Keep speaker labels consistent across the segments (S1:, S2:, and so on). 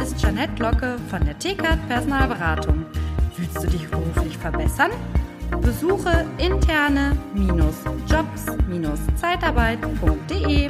S1: ist Jeanette Locke von der TKAT Personalberatung. Willst du dich beruflich verbessern? Besuche interne-jobs-zeitarbeit.de.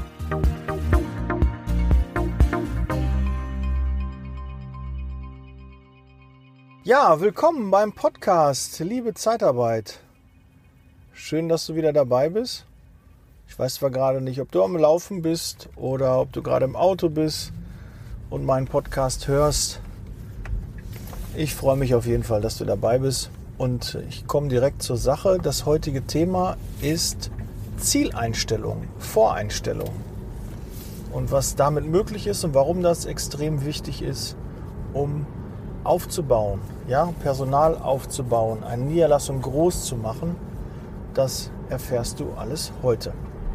S2: Ja, willkommen beim Podcast Liebe Zeitarbeit. Schön, dass du wieder dabei bist. Ich weiß zwar gerade nicht, ob du am Laufen bist oder ob du gerade im Auto bist und meinen Podcast hörst. Ich freue mich auf jeden Fall, dass du dabei bist und ich komme direkt zur Sache. Das heutige Thema ist Zieleinstellung, Voreinstellung und was damit möglich ist und warum das extrem wichtig ist, um aufzubauen, ja, Personal aufzubauen, eine Niederlassung groß zu machen. Das erfährst du alles heute.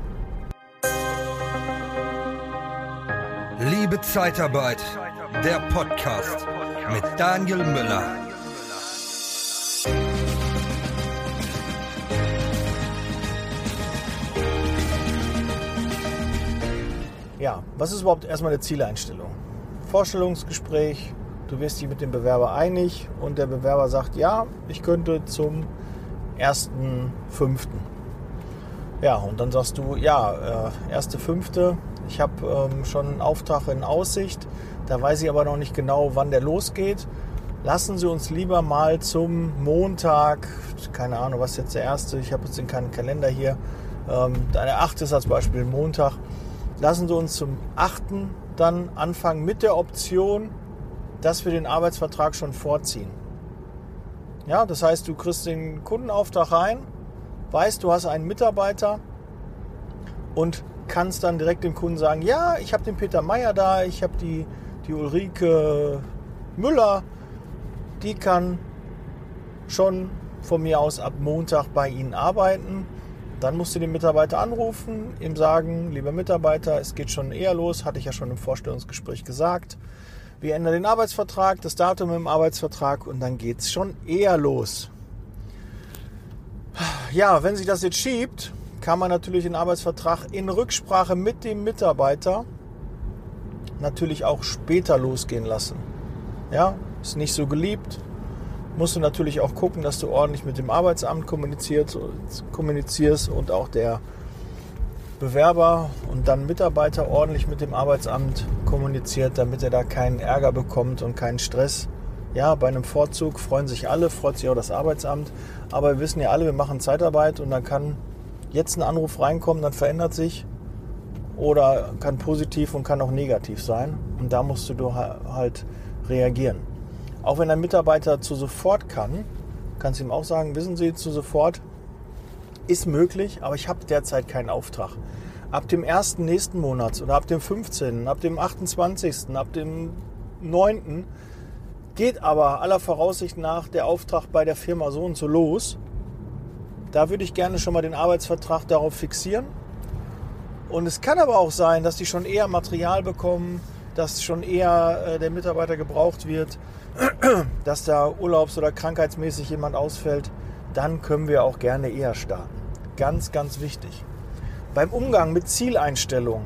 S3: Liebe Zeitarbeit, der Podcast mit Daniel Müller.
S2: Ja, was ist überhaupt erstmal eine Zieleinstellung? Vorstellungsgespräch, du wirst dich mit dem Bewerber einig und der Bewerber sagt, ja, ich könnte zum 1.5. Ja, und dann sagst du, ja, 1.5., ich habe schon einen Auftrag in Aussicht, da weiß ich aber noch nicht genau, wann der losgeht. Lassen Sie uns lieber mal zum Montag, keine Ahnung, was ist jetzt der 1., ich habe jetzt keinen Kalender hier, der 8. ist als Beispiel Montag. Lassen Sie uns zum 8. dann anfangen mit der Option, dass wir den Arbeitsvertrag schon vorziehen. Ja, das heißt, du kriegst den Kundenauftrag rein, weißt, du hast einen Mitarbeiter und kannst dann direkt dem Kunden sagen, ja, ich habe den Peter Meyer da, ich habe die Ulrike Müller, die kann schon von mir aus ab Montag bei Ihnen arbeiten. Dann musst du den Mitarbeiter anrufen, ihm sagen, lieber Mitarbeiter, es geht schon eher los, hatte ich ja schon im Vorstellungsgespräch gesagt. Wir ändern den Arbeitsvertrag, das Datum im Arbeitsvertrag und dann geht es schon eher los. Ja, wenn sich das jetzt schiebt, kann man natürlich den Arbeitsvertrag in Rücksprache mit dem Mitarbeiter natürlich auch später losgehen lassen. Ja, ist nicht so geliebt. Musst du natürlich auch gucken, dass du ordentlich mit dem Arbeitsamt kommunizierst und auch der Bewerber und dann Mitarbeiter ordentlich mit dem Arbeitsamt kommuniziert, damit er da keinen Ärger bekommt und keinen Stress. Ja, bei einem Vorzug freuen sich alle, freut sich auch das Arbeitsamt. Aber wir wissen ja alle, wir machen Zeitarbeit und dann kann jetzt ein Anruf reinkommen, dann verändert sich oder kann positiv und kann auch negativ sein. Und da musst du halt reagieren. Auch wenn ein Mitarbeiter zu sofort kann, kannst du ihm auch sagen, wissen Sie, zu sofort ist möglich, aber ich habe derzeit keinen Auftrag. Ab dem 1. nächsten Monats oder ab dem 15., ab dem 28., ab dem 9. geht aber aller Voraussicht nach der Auftrag bei der Firma so und so los. Da würde ich gerne schon mal den Arbeitsvertrag darauf fixieren. Und es kann aber auch sein, dass die schon eher Material bekommen, dass schon eher der Mitarbeiter gebraucht wird, dass da urlaubs- oder krankheitsmäßig jemand ausfällt. Dann können wir auch gerne eher starten. Ganz, ganz wichtig. Beim Umgang mit Zieleinstellungen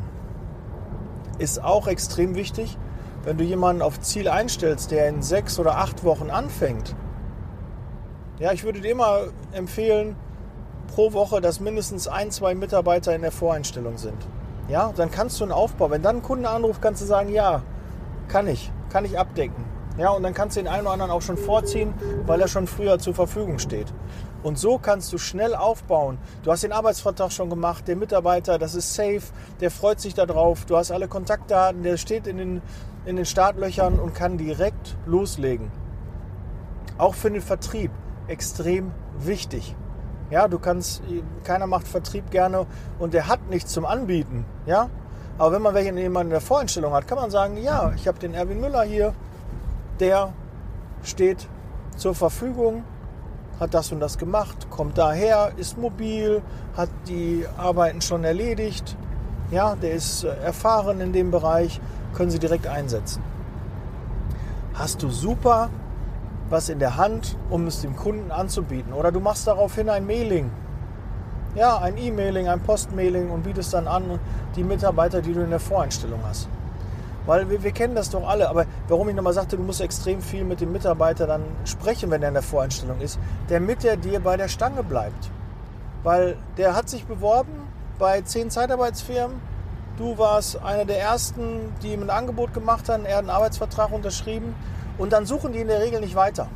S2: ist auch extrem wichtig, wenn du jemanden auf Ziel einstellst, der in 6 oder 8 Wochen anfängt. Ja, ich würde dir immer empfehlen, pro Woche, dass mindestens 1-2 Mitarbeiter in der Voreinstellung sind. Ja, dann kannst du einen Aufbau. Wenn dann ein Kunde anruft, kannst du sagen, ja, kann ich abdecken. Ja, und dann kannst du den einen oder anderen auch schon vorziehen, weil er schon früher zur Verfügung steht. Und so kannst du schnell aufbauen. Du hast den Arbeitsvertrag schon gemacht, der Mitarbeiter, das ist safe, der freut sich darauf. Du hast alle Kontaktdaten, der steht in den Startlöchern und kann direkt loslegen. Auch für den Vertrieb extrem wichtig. Ja, keiner macht Vertrieb gerne und der hat nichts zum Anbieten. Ja, aber wenn man jemanden in der Voreinstellung hat, kann man sagen, ja, ich habe den Erwin Müller hier, der steht zur Verfügung, hat das und das gemacht, kommt daher, ist mobil, hat die Arbeiten schon erledigt, ja, der ist erfahren in dem Bereich, können Sie direkt einsetzen. Hast du super was in der Hand, um es dem Kunden anzubieten. Oder du machst daraufhin ein Mailing. Ja, ein E-Mailing, ein Postmailing und bietest dann an die Mitarbeiter, die du in der Voreinstellung hast. Weil wir kennen das doch alle. Aber warum ich nochmal sagte, du musst extrem viel mit dem Mitarbeiter dann sprechen, wenn er in der Voreinstellung ist, damit er dir bei der Stange bleibt. Weil der hat sich beworben bei 10 Zeitarbeitsfirmen. Du warst einer der ersten, die ihm ein Angebot gemacht haben. Er hat einen Arbeitsvertrag unterschrieben. Und dann suchen die in der Regel nicht weiter.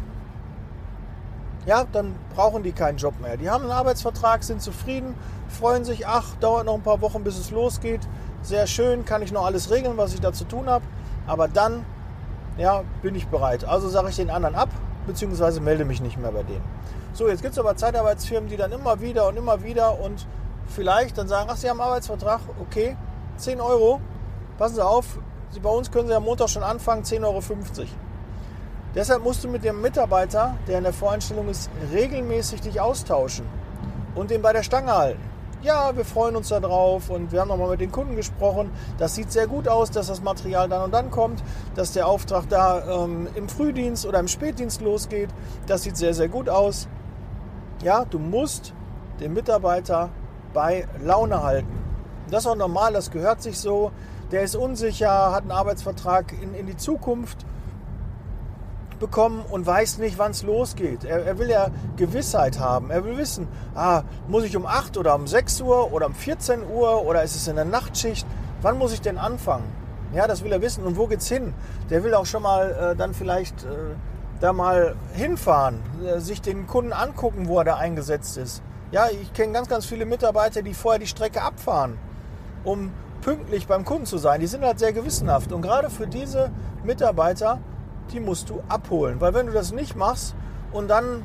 S2: Ja, dann brauchen die keinen Job mehr. Die haben einen Arbeitsvertrag, sind zufrieden, freuen sich, dauert noch ein paar Wochen, bis es losgeht. Sehr schön, kann ich noch alles regeln, was ich da zu tun habe. Aber dann, bin ich bereit. Also sage ich den anderen ab, beziehungsweise melde mich nicht mehr bei denen. So, jetzt gibt es aber Zeitarbeitsfirmen, die dann immer wieder und vielleicht dann sagen, Sie haben einen Arbeitsvertrag, okay, 10 Euro, passen Sie auf, bei uns können Sie am Montag schon anfangen, 10,50 Euro. Deshalb musst du mit dem Mitarbeiter, der in der Voreinstellung ist, regelmäßig dich austauschen und den bei der Stange halten. Ja, wir freuen uns da drauf und wir haben nochmal mit den Kunden gesprochen. Das sieht sehr gut aus, dass das Material dann und dann kommt, dass der Auftrag da im Frühdienst oder im Spätdienst losgeht. Das sieht sehr, sehr gut aus. Ja, du musst den Mitarbeiter bei Laune halten. Das ist auch normal, das gehört sich so. Der ist unsicher, hat einen Arbeitsvertrag in die Zukunft bekommen und weiß nicht, wann es losgeht. Er will ja Gewissheit haben. Er will wissen, muss ich um 8 oder um 6 Uhr oder um 14 Uhr oder ist es in der Nachtschicht? Wann muss ich denn anfangen? Ja, das will er wissen. Und wo geht's hin? Der will auch schon mal dann vielleicht da mal hinfahren, sich den Kunden angucken, wo er da eingesetzt ist. Ja, ich kenne ganz, ganz viele Mitarbeiter, die vorher die Strecke abfahren, um pünktlich beim Kunden zu sein. Die sind halt sehr gewissenhaft. Und gerade für diese Mitarbeiter, die musst du abholen. Weil wenn du das nicht machst und dann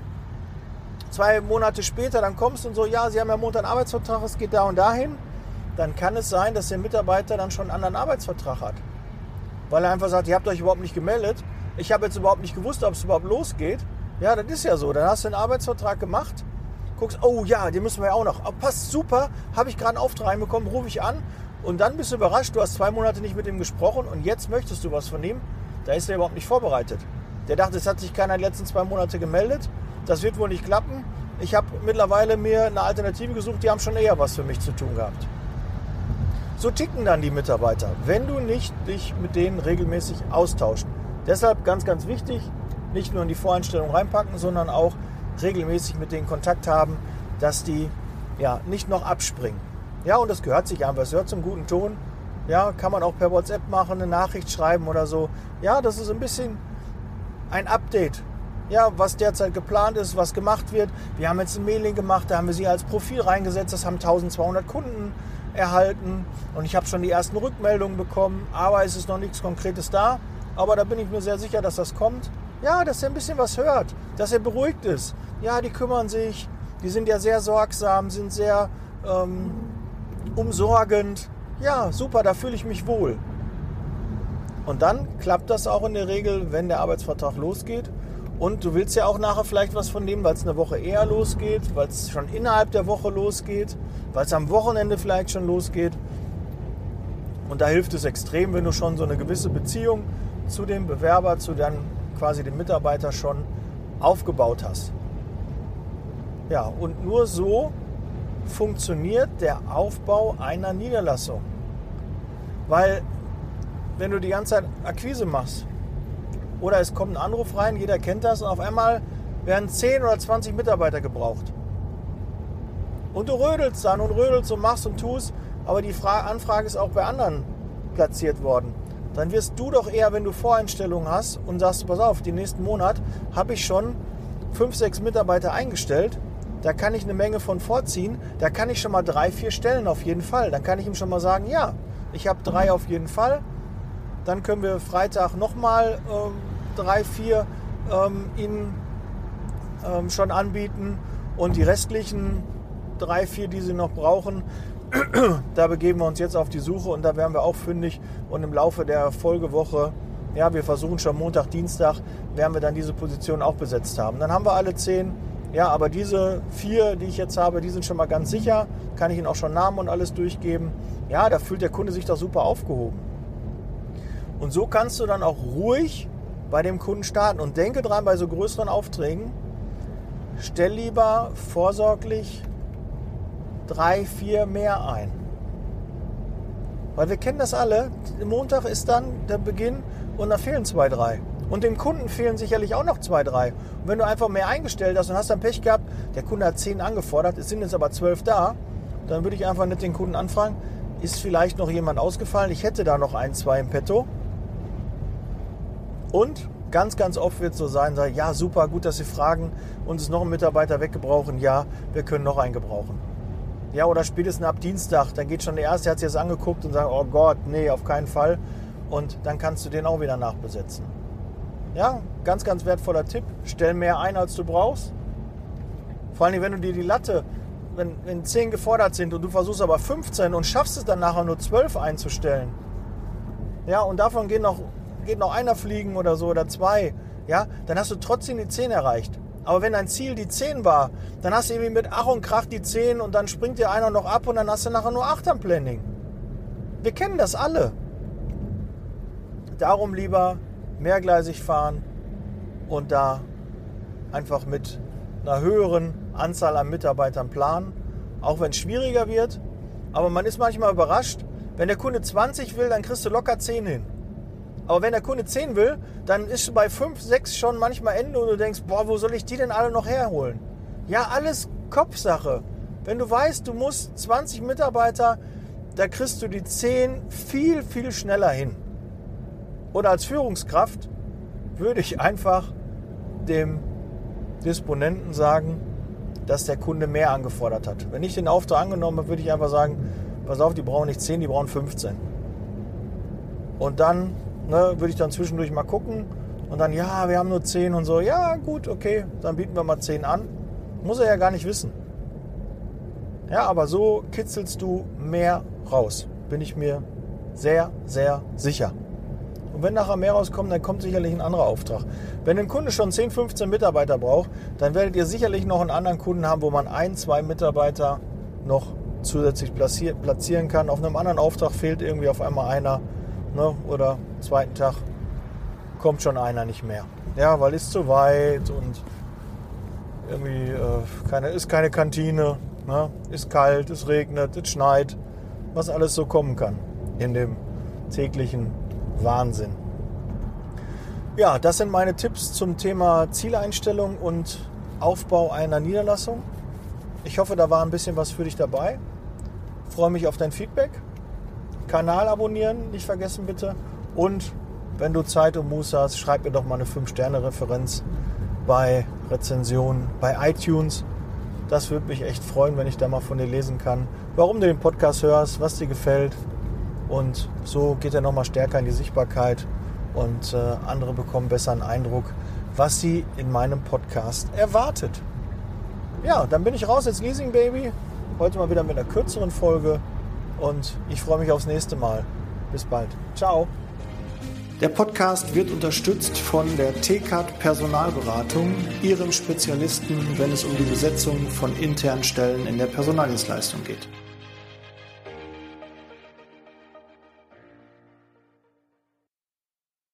S2: 2 Monate später dann kommst und so, Sie haben ja Montag einen Arbeitsvertrag, es geht da und dahin, dann kann es sein, dass der Mitarbeiter dann schon einen anderen Arbeitsvertrag hat. Weil er einfach sagt, ihr habt euch überhaupt nicht gemeldet, ich habe jetzt überhaupt nicht gewusst, ob es überhaupt losgeht. Ja, das ist ja so. Dann hast du einen Arbeitsvertrag gemacht, guckst, den müssen wir ja auch noch. Passt super, habe ich gerade einen Auftrag reinbekommen, rufe ich an und dann bist du überrascht, du hast 2 Monate nicht mit ihm gesprochen und jetzt möchtest du was von ihm. Da ist er überhaupt nicht vorbereitet. Der dachte, es hat sich keiner die letzten 2 Monate gemeldet. Das wird wohl nicht klappen. Ich habe mittlerweile mir eine Alternative gesucht, die haben schon eher was für mich zu tun gehabt. So ticken dann die Mitarbeiter, wenn du nicht dich mit denen regelmäßig austauschst. Deshalb ganz, ganz wichtig, nicht nur in die Voreinstellung reinpacken, sondern auch regelmäßig mit denen Kontakt haben, dass die nicht noch abspringen. Ja, und das gehört sich einfach, es gehört zum guten Ton. Ja, kann man auch per WhatsApp machen, eine Nachricht schreiben oder so. Ja, das ist ein bisschen ein Update. Ja, was derzeit geplant ist, was gemacht wird. Wir haben jetzt ein Mailing gemacht, da haben wir sie als Profil reingesetzt. Das haben 1200 Kunden erhalten. Und ich habe schon die ersten Rückmeldungen bekommen. Aber es ist noch nichts Konkretes da. Aber da bin ich mir sehr sicher, dass das kommt. Ja, dass er ein bisschen was hört. Dass er beruhigt ist. Ja, die kümmern sich. Die sind ja sehr sorgsam, sind sehr umsorgend. Ja, super, da fühle ich mich wohl. Und dann klappt das auch in der Regel, wenn der Arbeitsvertrag losgeht. Und du willst ja auch nachher vielleicht was von dem, weil es eine Woche eher losgeht, weil es schon innerhalb der Woche losgeht, weil es am Wochenende vielleicht schon losgeht. Und da hilft es extrem, wenn du schon so eine gewisse Beziehung zu dem Bewerber, zu dann quasi dem Mitarbeiter schon aufgebaut hast. Ja, und nur so funktioniert der Aufbau einer Niederlassung. Weil wenn du die ganze Zeit Akquise machst oder es kommt ein Anruf rein, jeder kennt das und auf einmal werden 10 oder 20 Mitarbeiter gebraucht. Und du rödelst dann und rödelst und machst und tust, aber die Anfrage ist auch bei anderen platziert worden. Dann wirst du doch eher, wenn du Voreinstellungen hast und sagst, pass auf, den nächsten Monat habe ich schon 5, 6 Mitarbeiter eingestellt, da kann ich eine Menge von vorziehen, da kann ich schon mal 3, 4 stellen auf jeden Fall. Dann kann ich ihm schon mal sagen, ja, ich habe 3 auf jeden Fall. Dann können wir Freitag nochmal 3, 4 Ihnen schon anbieten und die restlichen 3, 4, die Sie noch brauchen, da begeben wir uns jetzt auf die Suche und da werden wir auch fündig und im Laufe der Folgewoche, ja, wir versuchen schon Montag, Dienstag, werden wir dann diese Position auch besetzt haben. Dann haben wir alle 10, ja, aber diese 4, die ich jetzt habe, die sind schon mal ganz sicher, kann ich Ihnen auch schon Namen und alles durchgeben. Ja, da fühlt der Kunde sich doch super aufgehoben. Und so kannst du dann auch ruhig bei dem Kunden starten und denke dran, bei so größeren Aufträgen, stell lieber vorsorglich 3, 4 mehr ein. Weil wir kennen das alle. Montag ist dann der Beginn und da fehlen 2, 3. Und dem Kunden fehlen sicherlich auch noch 2, 3. Und wenn du einfach mehr eingestellt hast und hast dann Pech gehabt, der Kunde hat 10 angefordert, es sind jetzt aber 12 da, dann würde ich einfach nicht den Kunden anfragen, ist vielleicht noch jemand ausgefallen, ich hätte da noch 1, 2 im Petto. Und ganz, ganz oft wird es so sein, sage, ja super, gut, dass Sie fragen, uns ist noch ein Mitarbeiter weggebrauchen, ja, wir können noch einen gebrauchen. Ja, oder spätestens ab Dienstag, dann geht schon der Erste, der hat sich das angeguckt und sagt, oh Gott, nee, auf keinen Fall. Und dann kannst du den auch wieder nachbesetzen. Ja, ganz, ganz wertvoller Tipp. Stell mehr ein, als du brauchst. Vor allem, wenn du dir die Latte, wenn 10 gefordert sind und du versuchst aber 15 und schaffst es dann nachher nur 12 einzustellen. Ja, und davon geht noch einer fliegen oder so oder 2. Ja, dann hast du trotzdem die 10 erreicht. Aber wenn dein Ziel die 10 war, dann hast du irgendwie mit Ach und Krach die 10 und dann springt dir einer noch ab und dann hast du nachher nur 8 am Planning. Wir kennen das alle. Darum lieber mehrgleisig fahren und da einfach mit einer höheren Anzahl an Mitarbeitern planen, auch wenn es schwieriger wird. Aber man ist manchmal überrascht, wenn der Kunde 20 will, dann kriegst du locker 10 hin. Aber wenn der Kunde 10 will, dann ist bei 5, 6 schon manchmal Ende und du denkst, boah, wo soll ich die denn alle noch herholen? Ja, alles Kopfsache. Wenn du weißt, du musst 20 Mitarbeiter, da kriegst du die 10 viel, viel schneller hin. Oder als Führungskraft würde ich einfach dem Disponenten sagen, dass der Kunde mehr angefordert hat. Wenn ich den Auftrag angenommen habe, würde ich einfach sagen, pass auf, die brauchen nicht 10, die brauchen 15. Und dann würde ich dann zwischendurch mal gucken und dann, ja, wir haben nur 10 und so. Ja, gut, okay, dann bieten wir mal 10 an. Muss er ja gar nicht wissen. Ja, aber so kitzelst du mehr raus. Bin ich mir sehr, sehr sicher. Und wenn nachher mehr rauskommt, dann kommt sicherlich ein anderer Auftrag. Wenn ein Kunde schon 10, 15 Mitarbeiter braucht, dann werdet ihr sicherlich noch einen anderen Kunden haben, wo man 1, 2 Mitarbeiter noch zusätzlich platzieren kann. Auf einem anderen Auftrag fehlt irgendwie auf einmal einer, oder zweiten Tag kommt schon einer nicht mehr. Ja, weil ist zu weit und irgendwie ist keine Kantine, ist kalt, es regnet, es schneit, was alles so kommen kann in dem täglichen Wahnsinn. Ja, das sind meine Tipps zum Thema Zieleinstellung und Aufbau einer Niederlassung. Ich hoffe, da war ein bisschen was für dich dabei. Ich freue mich auf dein Feedback. Kanal abonnieren, nicht vergessen bitte. Und wenn du Zeit und Muße hast, schreib mir doch mal eine 5-Sterne-Referenz bei Rezensionen, bei iTunes. Das würde mich echt freuen, wenn ich da mal von dir lesen kann, warum du den Podcast hörst, was dir gefällt. Und so geht er nochmal stärker in die Sichtbarkeit und andere bekommen besser einen Eindruck, was sie in meinem Podcast erwartet. Ja, dann bin ich raus als Leasing Baby. Heute mal wieder mit einer kürzeren Folge und ich freue mich aufs nächste Mal. Bis bald. Ciao. Der Podcast wird unterstützt von der TCAT Personalberatung, ihrem Spezialisten, wenn es um die Besetzung von internen Stellen in der Personaldienstleistung geht.